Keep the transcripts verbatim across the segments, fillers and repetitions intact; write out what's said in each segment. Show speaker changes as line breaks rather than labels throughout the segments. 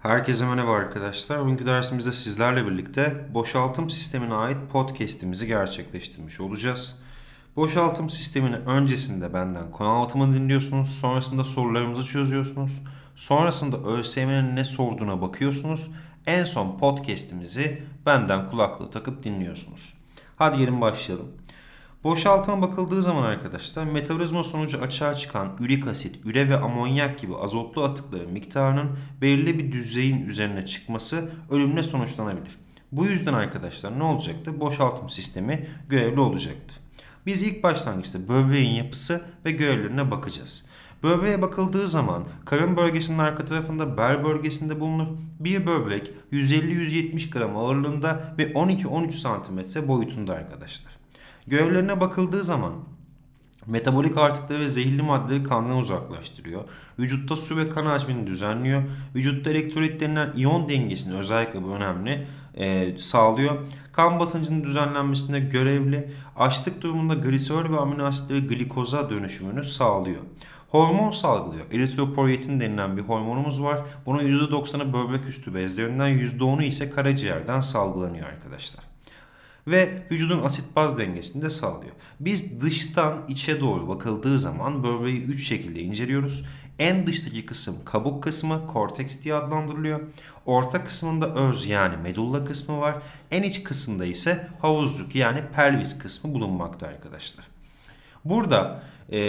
Herkese merhaba arkadaşlar. Bugünkü dersimizde sizlerle birlikte boşaltım sistemine ait podcast'imizi gerçekleştirmiş olacağız. Boşaltım sisteminin öncesinde benden konu anlatımını dinliyorsunuz. Sonrasında sorularımızı çözüyorsunuz. Sonrasında ÖSYM'nin ne sorduğuna bakıyorsunuz. En son podcast'imizi benden kulaklığı takıp dinliyorsunuz. Hadi gelin başlayalım. Boşaltıma bakıldığı zaman arkadaşlar metabolizma sonucu açığa çıkan ürik asit, üre ve amonyak gibi azotlu atıkların miktarının belirli bir düzeyin üzerine çıkması ölümle sonuçlanabilir. Bu yüzden arkadaşlar ne olacaktı? Boşaltım sistemi görevli olacaktı. Biz ilk başlangıçta böbreğin yapısı ve görevlerine bakacağız. Böbreğe bakıldığı zaman karın bölgesinin arka tarafında bel bölgesinde bulunur. Bir böbrek yüz elli yüz yetmiş gram ağırlığında ve on iki on üç santimetre boyutunda arkadaşlar. Görevlerine bakıldığı zaman metabolik artıkları ve zehirli maddeleri kandan uzaklaştırıyor. Vücutta su ve kan hacmini düzenliyor. Vücutta elektrolit denilen iyon dengesini özellikle bu önemli e, sağlıyor. Kan basıncının düzenlenmesinde görevli. Açlık durumunda gliserol ve amino asitleri glikoza dönüşümünü sağlıyor. Hormon salgılıyor. Eritropoietin denilen bir hormonumuz var. Bunun yüzde doksanı böbrek üstü bezlerinden, yüzde onu ise karaciğerden salgılanıyor arkadaşlar. Ve vücudun asit baz dengesini de sağlıyor. Biz dıştan içe doğru bakıldığı zaman böbreği üç şekilde inceliyoruz. En dıştaki kısım kabuk kısmı, korteks diye adlandırılıyor. Orta kısmında öz yani medulla kısmı var. En iç kısımda ise havuzcuk yani pelvis kısmı bulunmakta arkadaşlar. Burada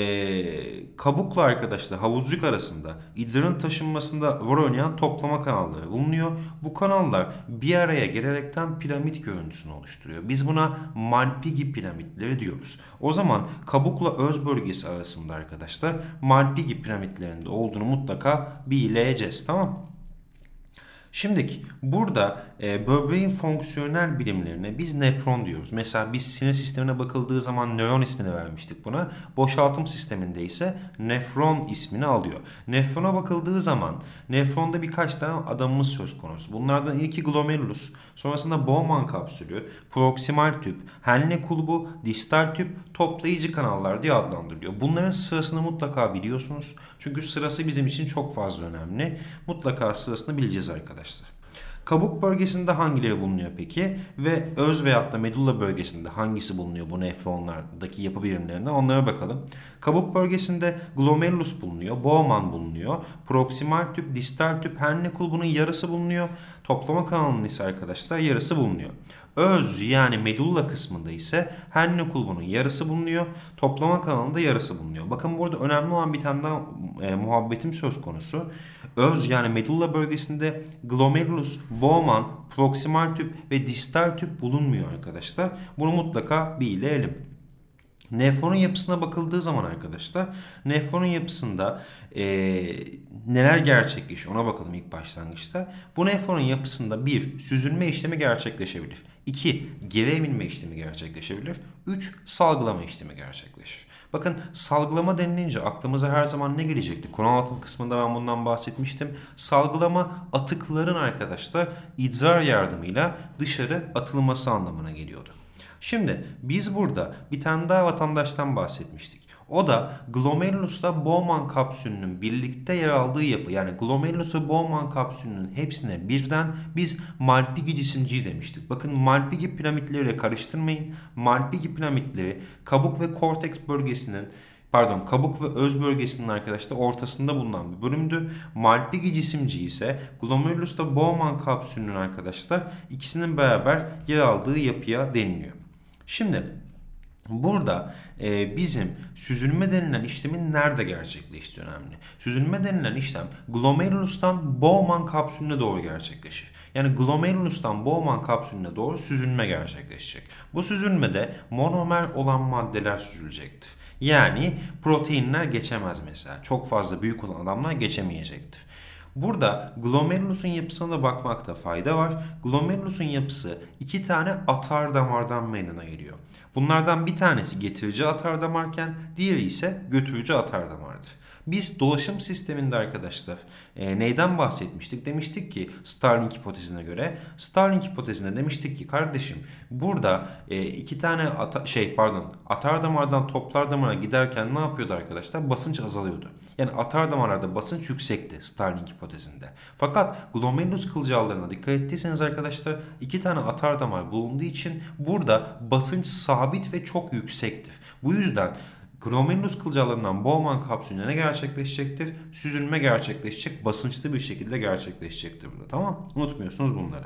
ee, kabukla arkadaşlar havuzcuk arasında idrarın taşınmasında rol oynayan toplama kanalları bulunuyor. Bu kanallar bir araya gelerekten piramit görüntüsünü oluşturuyor. Biz buna Malpighi piramitleri diyoruz. O zaman kabukla öz bölgesi arasında arkadaşlar Malpighi piramitlerinde olduğunu mutlaka bileceğiz, tamam mı? Şimdiki burada e, böbreğin fonksiyonel birimlerine biz nefron diyoruz. Mesela biz sinir sistemine bakıldığı zaman nöron ismini vermiştik buna. Boşaltım sisteminde ise nefron ismini alıyor. Nefrona bakıldığı zaman nefronda birkaç tane adamımız söz konusu. Bunlardan ilki glomerulus, sonrasında Bowman kapsülü, proksimal tüp, Henle kulbu, distal tüp, toplayıcı kanallar diye adlandırılıyor. Bunların sırasını mutlaka biliyorsunuz. Çünkü sırası bizim için çok fazla önemli. Mutlaka sırasını bileceğiz arkadaşlar. Kabuk bölgesinde hangileri bulunuyor peki? Ve öz veyahut da medulla bölgesinde hangisi bulunuyor bu nefronlardaki yapı birimlerinden? Onlara bakalım. Kabuk bölgesinde glomerulus bulunuyor, Bowman bulunuyor, proksimal tüp, distal tüp, Henle kulbunun yarısı bulunuyor. Toplama kanalının ise arkadaşlar yarısı bulunuyor. Öz yani medulla kısmında ise Henle kulbunun yarısı bulunuyor. Toplama kanalında yarısı bulunuyor. Bakın burada önemli olan bir tane daha e, muhabbetim söz konusu. Öz yani medulla bölgesinde glomerulus, Bowman, proksimal tüp ve distal tüp bulunmuyor arkadaşlar. Bunu mutlaka bilelim. Nefronun yapısına bakıldığı zaman arkadaşlar nefronun yapısında e, neler gerçekleşiyor ona bakalım ilk başlangıçta. Bu nefronun yapısında bir süzülme işlemi gerçekleşebilir. iki geri emilme işlemi gerçekleşebilir. üç salgılama işlemi gerçekleşir. Bakın salgılama denilince aklımıza her zaman ne gelecekti? Konu anlatım kısmında ben bundan bahsetmiştim. Salgılama atıkların arkadaşlar idrar yardımıyla dışarı atılması anlamına geliyordu. Şimdi biz burada bir tane daha vatandaştan bahsetmiştik. O da glomerulusla Bowman kapsülünün birlikte yer aldığı yapı. Yani glomerulus ve Bowman kapsülünün hepsine birden biz Malpighi cisimciği demiştik. Bakın Malpighi piramitleriyle karıştırmayın. Malpighi piramitleri kabuk ve korteks bölgesinin Pardon kabuk ve öz bölgesinin arkadaşlar ortasında bulunan bir bölümdü. Malpighi cisimciği ise glomerulusla Bowman kapsülünün arkadaşlar ikisinin beraber yer aldığı yapıya deniliyor. Şimdi burada e, bizim süzülme denilen işlemin nerede gerçekleştiği önemli. Süzülme denilen işlem glomerulustan Bowman kapsülüne doğru gerçekleşir. Yani glomerulustan Bowman kapsülüne doğru süzülme gerçekleşecek. Bu süzülmede monomer olan maddeler süzülecektir. Yani proteinler geçemez mesela. Çok fazla büyük olan adamlar geçemeyecektir. Burada glomerulusun yapısına da bakmakta fayda var. Glomerulusun yapısı iki tane atar damardan meydana geliyor. Bunlardan bir tanesi getirici atar damarken diğeri ise götürücü atar damardır. Biz dolaşım sisteminde arkadaşlar e, neyden bahsetmiştik? Demiştik ki Starling hipotezine göre, Starling hipotezine demiştik ki kardeşim burada e, iki tane ata, şey pardon atar damardan toplar damara giderken ne yapıyordu arkadaşlar? Basınç azalıyordu. Yani atar damarlarda basınç yüksekti Starling hipotezinde. Fakat glomerulus kılcallarına dikkat ettiyseniz arkadaşlar iki tane atar damar bulunduğu için burada basınç sabit ve çok yüksektir. Bu yüzden glomerulus kılcallarından Bowman kapsülüne ne gerçekleşecektir? Süzülme gerçekleşecek, basınçlı bir şekilde gerçekleşecektir burada. Tamam? Unutmuyorsunuz bunları.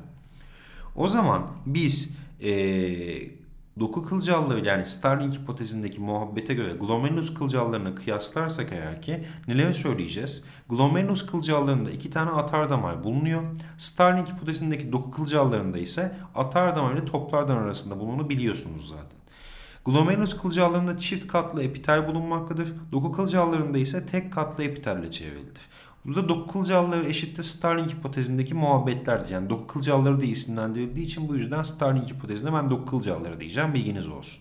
O zaman biz ee, doku kılcalları yani Starling hipotezindeki muhabbete göre glomerulus kılcallarına kıyaslarsak eğer ki neleri söyleyeceğiz? Glomerulus kılcallarında iki tane atar damar bulunuyor. Starling hipotezindeki doku kılcallarında ise atar damar ile toplar damar arasında bulunduğunu biliyorsunuz zaten. Glomerulus kılcallarında çift katlı epitel bulunmaktadır. Doku kılcallarında ise tek katlı epitelle çevrilidir. Burada doku kılcalları eşittir Starling hipotezindeki muhabbetlerdir. Yani doku kılcalları diye isimlendirildiği için bu yüzden Starling hipotezinde ben doku kılcalları diyeceğim. Bilginiz olsun.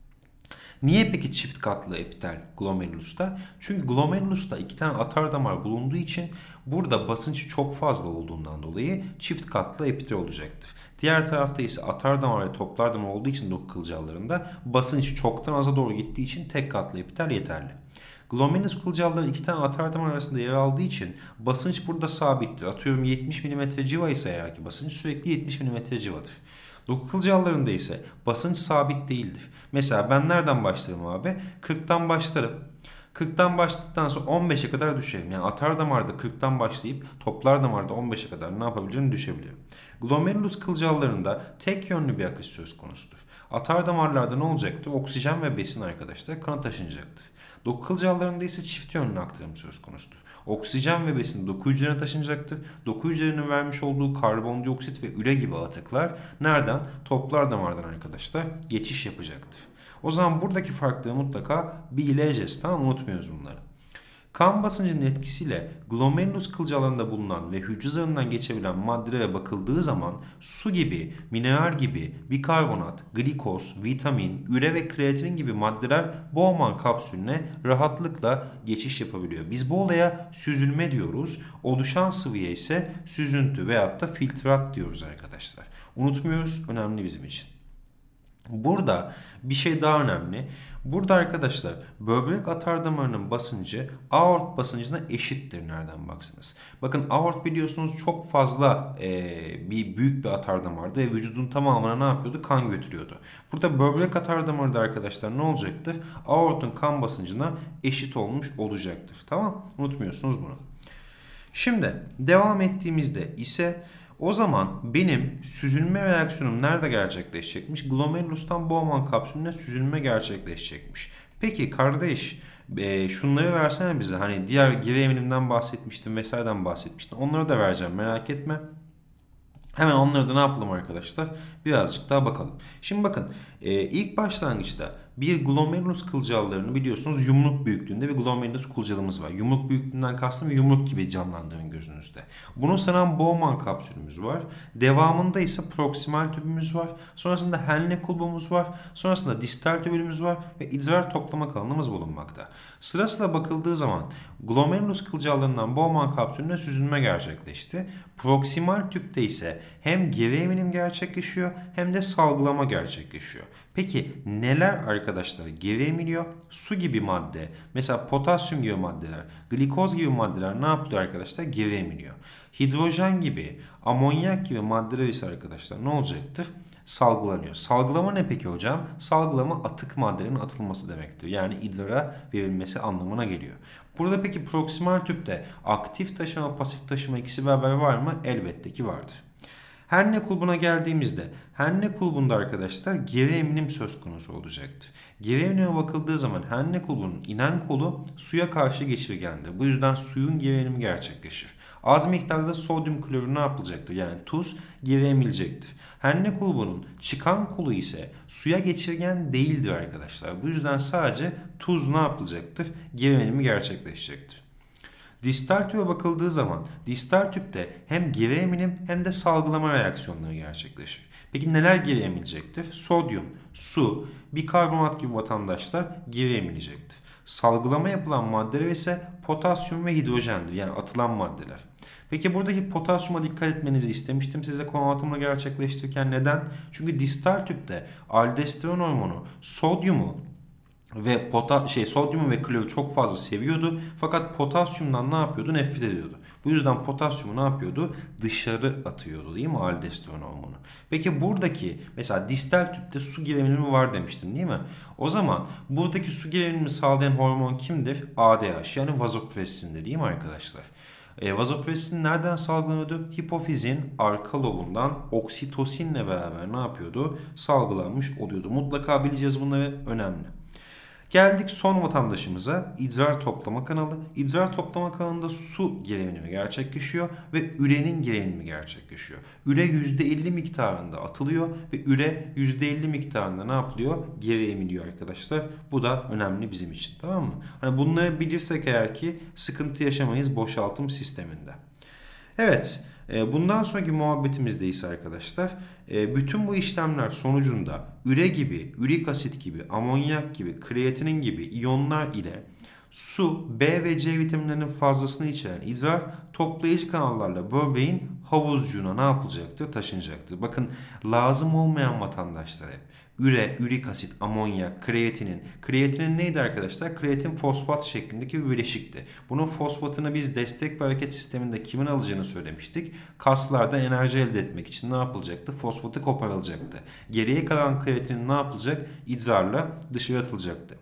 Niye peki çift katlı epitel glomerulusta? Çünkü glomerulusta iki tane atar damar bulunduğu için burada basınç çok fazla olduğundan dolayı çift katlı epitel olacaktır. Diğer tarafta ise atar damar ve toplar damar olduğu için doku kılcallarında basınç çoktan aza doğru gittiği için tek katlı epitel yeterli. Glomerulus kılcalları iki tane atar damar arasında yer aldığı için basınç burada sabittir. Atıyorum yetmiş milimetre civa ise eğer ki basınç sürekli yetmiş milimetre civadır. Doku kılcallarında ise basınç sabit değildir. Mesela ben nereden başlarım abi? kırktan başlarım. kırktan başladıktan sonra on beşe kadar düşerim. Yani atar damarda kırktan başlayıp toplar damarda on beşe kadar ne yapabilirim? Düşebilirim. Glomerulus kılcallarında tek yönlü bir akış söz konusudur. Atar damarlarda ne olacaktır? Oksijen ve besin arkadaşlar kana taşınacaktır. Doku kılcallarında ise çift yönlü aktarım söz konusudur. Oksijen ve besin doku hücrelerine taşınacaktır. Doku hücrelerinin vermiş olduğu karbondioksit ve üre gibi atıklar nereden? Toplar damardan arkadaşlar geçiş yapacaktır. O zaman buradaki farkları mutlaka bileceğiz. Tamam, unutmuyoruz bunları. Kan basıncının etkisiyle glomerulus kılcallarında bulunan ve hücre zarından geçebilen maddelere bakıldığı zaman su gibi, mineral gibi, bikarbonat, glikoz, vitamin, üre ve kreatinin gibi maddeler Bowman kapsülüne rahatlıkla geçiş yapabiliyor. Biz bu olaya süzülme diyoruz. Oluşan sıvıya ise süzüntü veyahut da filtrat diyoruz arkadaşlar. Unutmuyoruz, önemli bizim için. Burada bir şey daha önemli. Burada arkadaşlar böbrek atar damarının basıncı aort basıncına eşittir nereden baksanız. Bakın aort biliyorsunuz çok fazla e, bir büyük bir atar damardı ve vücudun tamamına ne yapıyordu? Kan götürüyordu. Burada böbrek atar damarı da arkadaşlar ne olacaktır? Aortun kan basıncına eşit olmuş olacaktır. Tamam? Unutmuyorsunuz bunu. Şimdi devam ettiğimizde ise o zaman benim süzülme reaksiyonum nerede gerçekleşecekmiş? Glomerulus'tan Bowman kapsülüne süzülme gerçekleşecekmiş. Peki kardeş e, şunları versene bize. Hani diğer geri eminimden bahsetmiştim vesaireden bahsetmiştim. Onları da vereceğim, merak etme. Hemen onları da ne yapalım arkadaşlar? Birazcık daha bakalım. Şimdi bakın e, ilk başlangıçta bir glomerulus kılcallarını biliyorsunuz yumruk büyüklüğünde bir glomerulus kılcalımız var. Yumruk büyüklüğünden kastım yumruk gibi canlandırın gözünüzde. Bunu saran Bowman kapsülümüz var. Devamında ise proksimal tübümüz var. Sonrasında Henle kulbumuz var. Sonrasında distal tübümüz var ve idrar toplama kanalımız bulunmakta. Sırasıyla bakıldığı zaman glomerulus kılcallarından Bowman kapsülüne süzülme gerçekleşti. Proksimal tüpte ise hem geri eminim gerçekleşiyor hem de salgılama gerçekleşiyor. Peki neler arkadaşlar geri emiliyor? Su gibi madde, mesela potasyum gibi maddeler, glikoz gibi maddeler ne yapıyor arkadaşlar? Geri emiliyor. Hidrojen gibi, amonyak gibi maddeler ise arkadaşlar ne olacaktır? Salgılanıyor. Salgılama ne peki hocam? Salgılama atık maddelerin atılması demektir. Yani idrara verilmesi anlamına geliyor. Burada peki proksimal tüpte aktif taşıma, pasif taşıma ikisi beraber var mı? Elbette ki vardır. Henle kulbuna geldiğimizde Henle kulbunda arkadaşlar geri eminim söz konusu olacaktır. Geri eminime bakıldığı zaman Henle kulbunun inen kolu suya karşı geçirgendir. Bu yüzden suyun geri eminimi gerçekleşir. Az miktarda sodyum klorür ne yapılacaktır? Yani tuz geri emilecektir. Henle kulbunun çıkan kolu ise suya geçirgen değildir arkadaşlar. Bu yüzden sadece tuz ne yapılacaktır? Geri eminimi gerçekleşecektir. Distal tüpe bakıldığı zaman distal tüpte hem geri eminim hem de salgılama reaksiyonları gerçekleşir. Peki neler geri emilecektir? Sodyum, su, bikarbonat gibi vatandaşlar geri emilecektir. Salgılama yapılan maddeler ise potasyum ve hidrojendir. Yani atılan maddeler. Peki buradaki potasyuma dikkat etmenizi istemiştim size konu anlatımını gerçekleştirirken. Neden? Çünkü distal tüpte aldosteron hormonu sodyumu ve pota şey sodyumu ve klorü çok fazla seviyordu. Fakat potasyumdan ne yapıyordu? Nefret ediyordu. Bu yüzden potasyumu ne yapıyordu? Dışarı atıyordu, değil mi aldosteron hormonu? Peki buradaki mesela distal tüpte su gerilimimi var demiştim, değil mi? O zaman buradaki su gerilimimi sağlayan hormon kimdir? A D H yani vazopressindir, değil mi arkadaşlar? E, vazopressin nereden salgılanıyordu? Hipofizin arka lobundan oksitosinle beraber ne yapıyordu? Salgılanmış oluyordu. Mutlaka bileceğiz, bunları önemli. Geldik son vatandaşımıza, idrar toplama kanalı. İdrar toplama kanalında su gerilimi gerçekleşiyor ve ürenin gerilimi gerçekleşiyor. Üre yüzde elli miktarında atılıyor ve üre yüzde elli miktarında ne yapılıyor? Geri emiliyor arkadaşlar. Bu da önemli bizim için, tamam mı? Hani bunları bilirsek eğer ki sıkıntı yaşamayız boşaltım sisteminde. Evet. Bundan sonraki muhabbetimizde ise arkadaşlar bütün bu işlemler sonucunda üre gibi, ürik asit gibi, amonyak gibi, kreatinin gibi iyonlar ile su, B ve C vitaminlerinin fazlasını içeren idrar toplayıcı kanallarla böbreğin havuzcuğuna ne yapılacaktır? Taşınacaktır. Bakın lazım olmayan vatandaşlar hep. Üre, ürik asit, amonyak, kreatinin. Kreatinin neydi arkadaşlar? Kreatin fosfat şeklindeki bir bileşikti. Bunun fosfatını biz destek ve hareket sisteminde kimin alacağını söylemiştik. Kaslarda enerji elde etmek için ne yapılacaktı? Fosfatı koparılacaktı. Geriye kalan kreatinin ne yapılacak? İdrarla dışarı atılacaktı.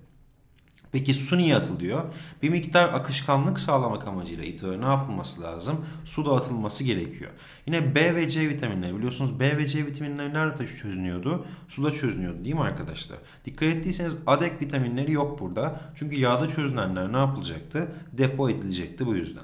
Peki su niye atılıyor? Bir miktar akışkanlık sağlamak amacıyla idrara ne yapılması lazım? Su da atılması gerekiyor. Yine B ve C vitaminleri, biliyorsunuz B ve C vitaminleri nerede çözünüyordu? Suda çözünüyordu, değil mi arkadaşlar? Dikkat ettiyseniz A D E K vitaminleri yok burada. Çünkü yağda çözünenler ne yapılacaktı? Depo edilecekti bu yüzden.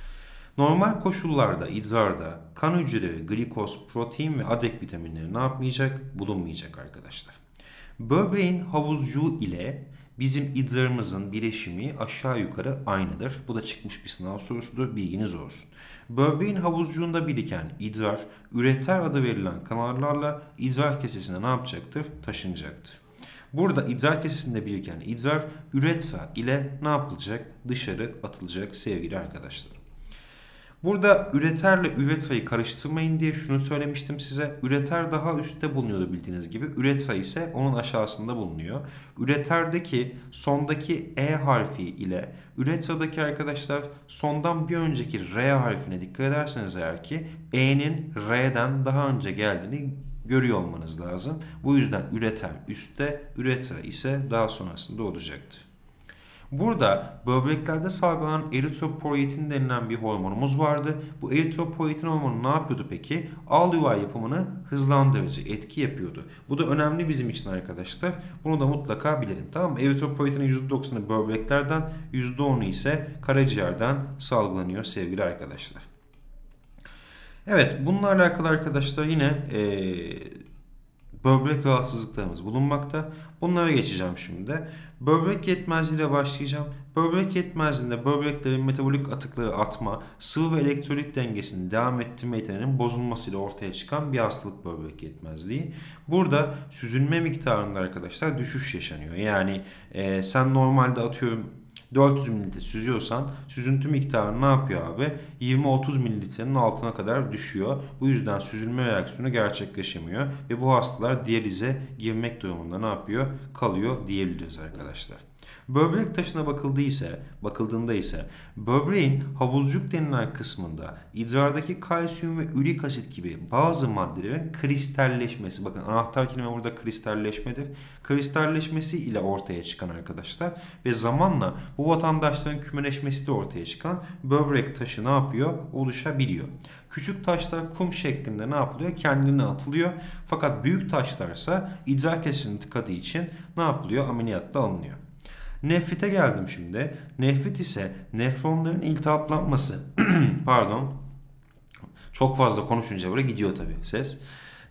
Normal koşullarda idrarda kan hücreleri, glikoz, protein ve A D E K vitaminleri ne yapmayacak? Bulunmayacak arkadaşlar. Böbreğin havuzcuğu ile bizim idrarımızın bileşimi aşağı yukarı aynıdır. Bu da çıkmış bir sınav sorusudur. Bilginiz olsun. Böbreğin havuzcuğunda biriken idrar, üreter adı verilen kanallarla idrar kesesine ne yapacaktır? Taşınacaktır. Burada idrar kesesinde biriken idrar, üretra ile ne yapılacak? Dışarı atılacak sevgili arkadaşlar. Burada üreterle üretrayı karıştırmayın diye şunu söylemiştim size. Üreter daha üstte bulunuyordu bildiğiniz gibi. Üretra ise onun aşağısında bulunuyor. Üreterdeki sondaki E harfi ile üretradaki arkadaşlar sondan bir önceki R harfine dikkat ederseniz eğer ki E'nin R'den daha önce geldiğini görüyor olmanız lazım. Bu yüzden üreter üstte, üretra ise daha sonrasında olacaktır. Burada böbreklerde salgılanan eritropoietin denilen bir hormonumuz vardı. Bu eritropoietin hormonu ne yapıyordu peki? Al yuvar yapımını hızlandırıcı etki yapıyordu. Bu da önemli bizim için arkadaşlar. Bunu da mutlaka bilelim. Tamam mı? Eritropoietinin yüzde doksanı böbreklerden, yüzde onu ise karaciğerden salgılanıyor sevgili arkadaşlar. Evet, bununla alakalı arkadaşlar yine ee, böbrek rahatsızlıklarımız bulunmakta. Bunlara geçeceğim şimdi. Böbrek yetmezliğiyle başlayacağım. Böbrek yetmezliğinde böbreklerin metabolik atıkları atma, sıvı ve elektrolit dengesini devam ettirme yeteneğinin bozulmasıyla ortaya çıkan bir hastalık böbrek yetmezliği. Burada süzülme miktarında arkadaşlar düşüş yaşanıyor. Yani e, sen normalde atıyorum dört yüz mililitre süzüyorsan süzüntü miktarı ne yapıyor abi? yirmi otuz mililitrenin altına kadar düşüyor. Bu yüzden süzülme reaksiyonu gerçekleşemiyor ve bu hastalar diyalize girmek durumunda ne yapıyor? Kalıyor diyebiliriz arkadaşlar. Böbrek taşına bakıldıysa, bakıldığında ise böbreğin havuzcuk denilen kısmında idrardaki kalsiyum ve ürik asit gibi bazı maddelerin kristalleşmesi, bakın anahtar kelime burada kristalleşmedir. Kristalleşmesi ile ortaya çıkan arkadaşlar ve zamanla bu vatandaşların kümeleşmesi de ortaya çıkan böbrek taşı ne yapıyor? Oluşabiliyor. Küçük taşlar kum şeklinde ne yapılıyor? Kendine atılıyor. Fakat büyük taşlarsa idrar kesesini tıkadığı için ne yapılıyor? Ameliyatla alınıyor. Nefrite geldim şimdi. Nefrit ise nefronların iltihaplanması. Pardon. Çok fazla konuşunca böyle gidiyor tabii ses.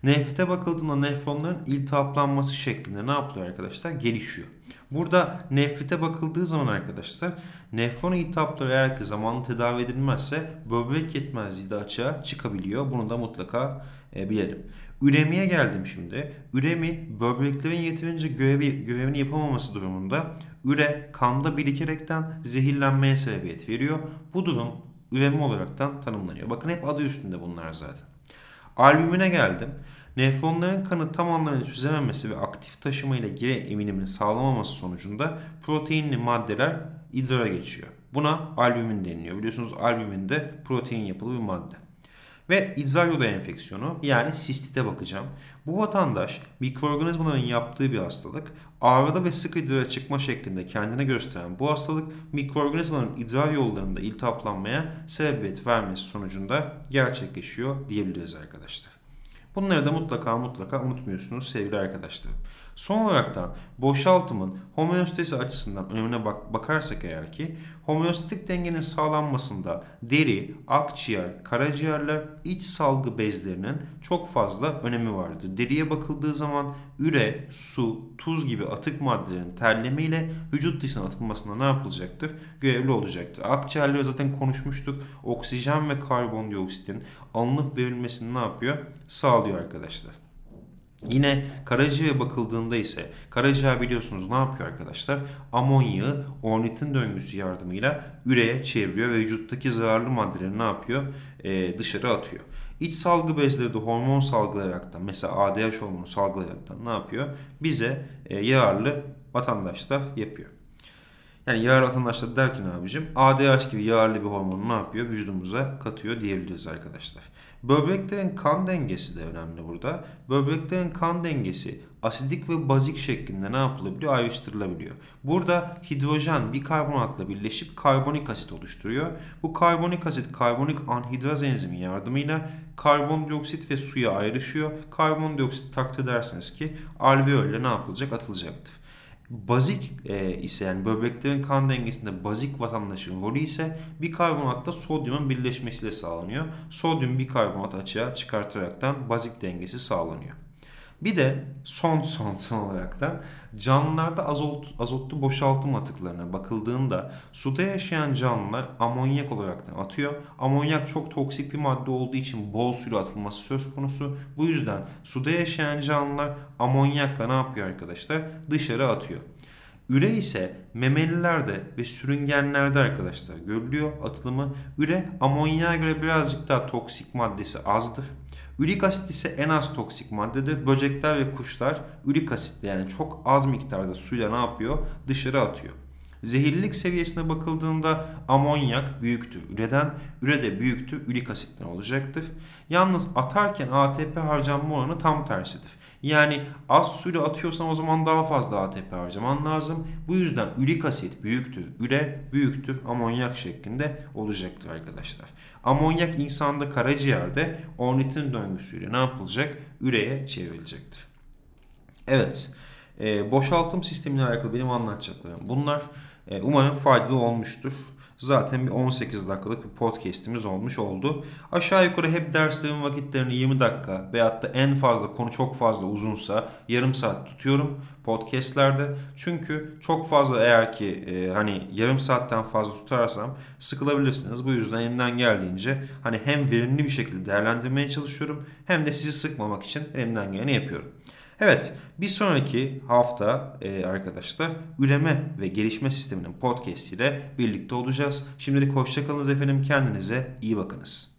Nefrite bakıldığında nefronların iltihaplanması şeklinde ne yapılıyor arkadaşlar? Gelişiyor. Burada nefrite bakıldığı zaman arkadaşlar nefron iltihapları eğer ki zamanlı tedavi edilmezse böbrek yetmezliği de açığa çıkabiliyor. Bunu da mutlaka e, bilelim. Üremiye geldim şimdi. Üremi böbreklerin yeterince görevi, görevini yapamaması durumunda üre kanda birikerekten zehirlenmeye sebebiyet veriyor. Bu durum üremi olaraktan tanımlanıyor. Bakın hep adı üstünde bunlar zaten. Albümüne geldim. Nefronların kanı tam anlamıyla çözememesi ve aktif taşıma ile geri eminimini sağlamaması sonucunda proteinli maddeler idrara geçiyor. Buna albümin deniliyor. Biliyorsunuz albümin de protein yapılı bir madde. Ve idrar yolu enfeksiyonu yani sistite bakacağım. Bu vatandaş mikroorganizmaların yaptığı bir hastalık. Ağrıda ve sık idrara çıkma şeklinde kendine gösteren bu hastalık mikroorganizmaların idrar yollarında iltihaplanmaya sebebiyet vermesi sonucunda gerçekleşiyor diyebiliriz arkadaşlar. Bunları da mutlaka mutlaka unutmuyorsunuz sevgili arkadaşlarım. Son olaraktan boşaltımın homeostasi açısından önemine bak bakarsak eğer ki homeostatik dengenin sağlanmasında deri, akciğer, karaciğerler, iç salgı bezlerinin çok fazla önemi vardır. Deriye bakıldığı zaman üre, su, tuz gibi atık maddelerin terleme ile vücut dışına atılmasında ne yapılacaktır? Görevli olacaktır. Akciğerleri zaten konuşmuştuk. Oksijen ve karbondioksitin alınıp verilmesini ne yapıyor? Sağlıyor arkadaşlar. Yine karaciğere bakıldığında ise karaciğer biliyorsunuz ne yapıyor arkadaşlar? Amonyağı ornitin döngüsü yardımıyla üreye çeviriyor ve vücuttaki zararlı maddeleri ne yapıyor? Ee, dışarı atıyor. İç salgı bezleri de hormon salgılayaraktan mesela A D H hormonu salgılayaraktan ne yapıyor? Bize e, yararlı vatandaşlar yapıyor. Yani yararlı vatandaşlar derken abicim A D H gibi yararlı bir hormonu ne yapıyor? Vücudumuza katıyor diyebiliriz arkadaşlar. Böbreklerin kan dengesi de önemli burada. Böbreklerin kan dengesi asidik ve bazik şeklinde ne yapılabiliyor? Ayrıştırılabiliyor. Burada hidrojen bikarbonatla birleşip karbonik asit oluşturuyor. Bu karbonik asit karbonik anhidraz enzimi yardımıyla karbondioksit ve suya ayrışıyor. Karbondioksit takdir ederseniz ki alveolle ne yapılacak? Atılacaktır. Bazik e, ise yani böbreklerin kan dengesinde bazik vatandaşın rolü ise bikarbonatla sodyumun birleşmesiyle sağlanıyor. Sodyum bikarbonat açığa çıkartaraktan bazik dengesi sağlanıyor. Bir de son son son olaraktan canlılarda azot, azotlu boşaltım atıklarına bakıldığında suda yaşayan canlılar amonyak olaraktan atıyor. Amonyak çok toksik bir madde olduğu için bol suyla atılması söz konusu. Bu yüzden suda yaşayan canlılar amonyakla ne yapıyor arkadaşlar? Dışarı atıyor. Üre ise memelilerde ve sürüngenlerde arkadaşlar görülüyor atılımı. Üre amonyağa göre birazcık daha toksik maddesi azdır. Ürik asit ise en az toksik maddedir. Böcekler ve kuşlar ürik asitle yani çok az miktarda suyla ne yapıyor? Dışarı atıyor. Zehirlilik seviyesine bakıldığında amonyak büyüktür üreden, üre de büyüktür ürik asitten olacaktır. Yalnız atarken A T P harcanma oranı tam tersidir. Yani az suyla atıyorsan o zaman daha fazla A T P harcaman lazım. Bu yüzden ürik asit büyüktür, üre büyüktür, amonyak şeklinde olacaktır arkadaşlar. Amonyak insanda karaciğerde ornitin döngüsüyle ne yapılacak? Üreye çevrilecektir. Evet, e, boşaltım sistemiyle alakalı benim anlatacaklarım bunlar. E, umarım faydalı olmuştur. Zaten bir on sekiz dakikalık bir podcast'imiz olmuş oldu. Aşağı yukarı hep derslerin vakitlerini yirmi dakika veyahut da en fazla konu çok fazla uzunsa yarım saat tutuyorum podcast'lerde. Çünkü çok fazla eğer ki e, hani yarım saatten fazla tutarsam sıkılabilirsiniz. Bu yüzden elimden geldiğince hani hem verimli bir şekilde değerlendirmeye çalışıyorum hem de sizi sıkmamak için elimden geleni yapıyorum. Evet, bir sonraki hafta e, arkadaşlar üreme ve gelişme sisteminin podcast ile birlikte olacağız. Şimdilik hoşça kalınız efendim, kendinize iyi bakınız.